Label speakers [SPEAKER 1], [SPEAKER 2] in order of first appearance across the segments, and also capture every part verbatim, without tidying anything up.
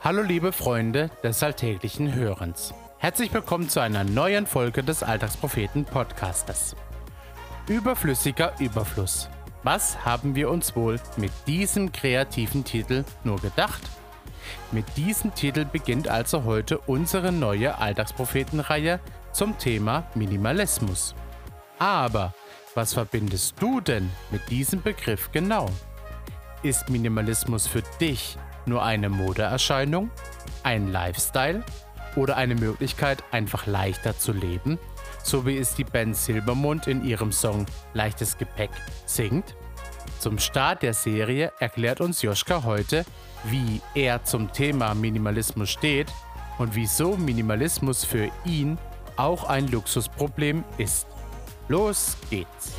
[SPEAKER 1] Hallo liebe Freunde des alltäglichen Hörens. Herzlich willkommen zu einer neuen Folge des Alltagspropheten-Podcastes. Überflüssiger Überfluss. Was haben wir uns wohl mit diesem kreativen Titel nur gedacht? Mit diesem Titel beginnt also heute unsere neue Alltagspropheten-Reihe zum Thema Minimalismus. Aber was verbindest du denn mit diesem Begriff genau? Ist Minimalismus für dich nur eine Modeerscheinung, ein Lifestyle oder eine Möglichkeit, einfach leichter zu leben, so wie es die Band Silbermond in ihrem Song Leichtes Gepäck singt? Zum Start der Serie erklärt uns Joschka heute, wie er zum Thema Minimalismus steht und wieso Minimalismus für ihn auch ein Luxusproblem ist. Los geht's!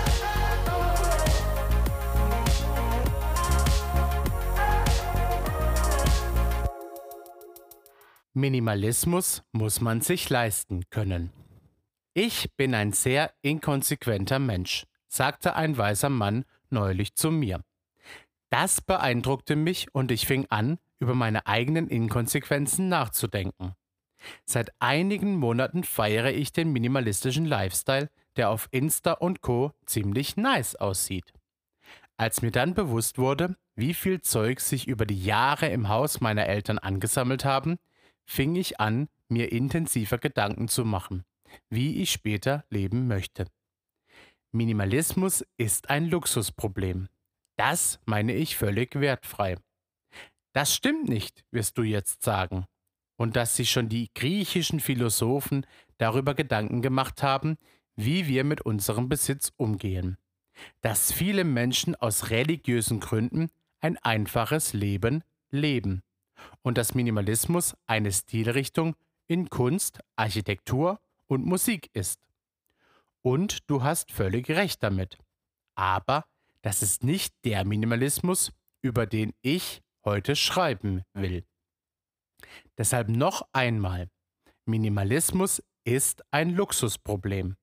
[SPEAKER 1] Minimalismus muss man sich leisten können. Ich bin ein sehr inkonsequenter Mensch, sagte ein weiser Mann neulich zu mir. Das beeindruckte mich und ich fing an, über meine eigenen Inkonsequenzen nachzudenken. Seit einigen Monaten feiere ich den minimalistischen Lifestyle, der auf Insta und Co. ziemlich nice aussieht. Als mir dann bewusst wurde, wie viel Zeug sich über die Jahre im Haus meiner Eltern angesammelt haben, fing ich an, mir intensiver Gedanken zu machen, wie ich später leben möchte. Minimalismus ist ein Luxusproblem. Das meine ich völlig wertfrei. Das stimmt nicht, wirst du jetzt sagen. Und dass sich schon die griechischen Philosophen darüber Gedanken gemacht haben, wie wir mit unserem Besitz umgehen. Dass viele Menschen aus religiösen Gründen ein einfaches Leben leben. Und dass Minimalismus eine Stilrichtung in Kunst, Architektur und Musik ist. Und du hast völlig recht damit. Aber das ist nicht der Minimalismus, über den ich heute schreiben will. Deshalb noch einmal, Minimalismus ist ein Luxusproblem.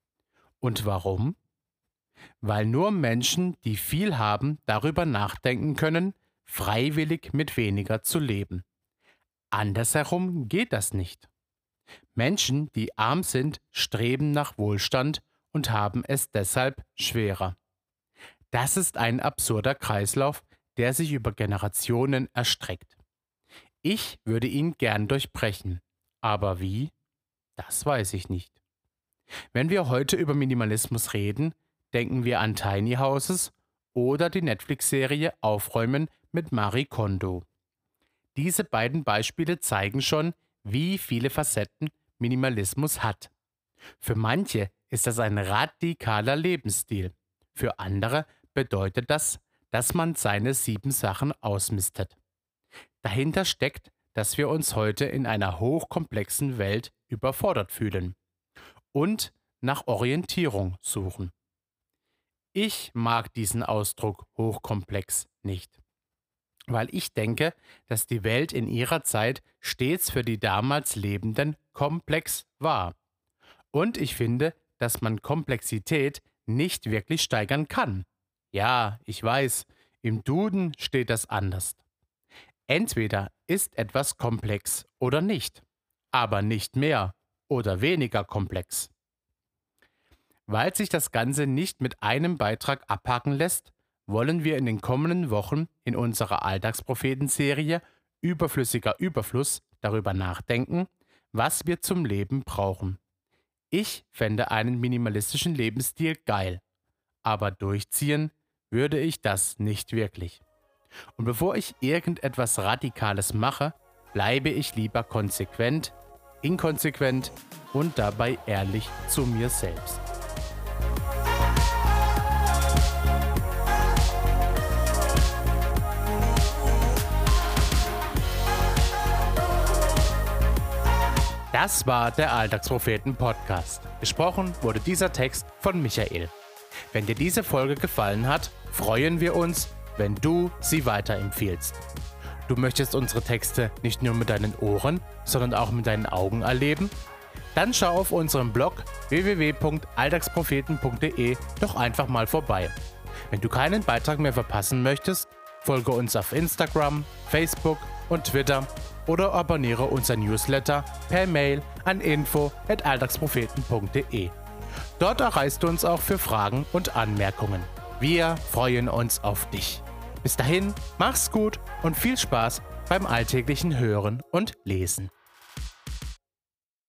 [SPEAKER 1] Und warum? Weil nur Menschen, die viel haben, darüber nachdenken können, freiwillig mit weniger zu leben. Andersherum geht das nicht. Menschen, die arm sind, streben nach Wohlstand und haben es deshalb schwerer. Das ist ein absurder Kreislauf, der sich über Generationen erstreckt. Ich würde ihn gern durchbrechen. Aber wie? Das weiß ich nicht. Wenn wir heute über Minimalismus reden, denken wir an Tiny Houses oder die Netflix-Serie Aufräumen mit Marie Kondo. Diese beiden Beispiele zeigen schon, wie viele Facetten Minimalismus hat. Für manche ist das ein radikaler Lebensstil. Für andere bedeutet das, dass man seine sieben Sachen ausmistet. Dahinter steckt, dass wir uns heute in einer hochkomplexen Welt überfordert fühlen und nach Orientierung suchen. Ich mag diesen Ausdruck hochkomplex nicht, weil ich denke, dass die Welt in ihrer Zeit stets für die damals Lebenden komplex war. Und ich finde, dass man Komplexität nicht wirklich steigern kann. Ja, ich weiß, im Duden steht das anders. Entweder ist etwas komplex oder nicht, aber nicht mehr oder weniger komplex. Weil sich das Ganze nicht mit einem Beitrag abhaken lässt, wollen wir in den kommenden Wochen in unserer Alltagspropheten-Serie Überflüssiger Überfluss darüber nachdenken, was wir zum Leben brauchen. Ich fände einen minimalistischen Lebensstil geil, aber durchziehen würde ich das nicht wirklich. Und bevor ich irgendetwas Radikales mache, bleibe ich lieber konsequent, inkonsequent und dabei ehrlich zu mir selbst. Das war der Alltagspropheten-Podcast. Gesprochen wurde dieser Text von Michael. Wenn dir diese Folge gefallen hat, freuen wir uns, wenn du sie weiterempfiehlst. Du möchtest unsere Texte nicht nur mit deinen Ohren, sondern auch mit deinen Augen erleben? Dann schau auf unserem Blog w w w punkt alltagspropheten punkt d e doch einfach mal vorbei. Wenn du keinen Beitrag mehr verpassen möchtest, folge uns auf Instagram, Facebook und Twitter oder abonniere unser Newsletter per Mail an info at alltagspropheten punkt de. Dort erreichst du uns auch für Fragen und Anmerkungen. Wir freuen uns auf dich. Bis dahin, mach's gut und viel Spaß beim alltäglichen Hören und Lesen.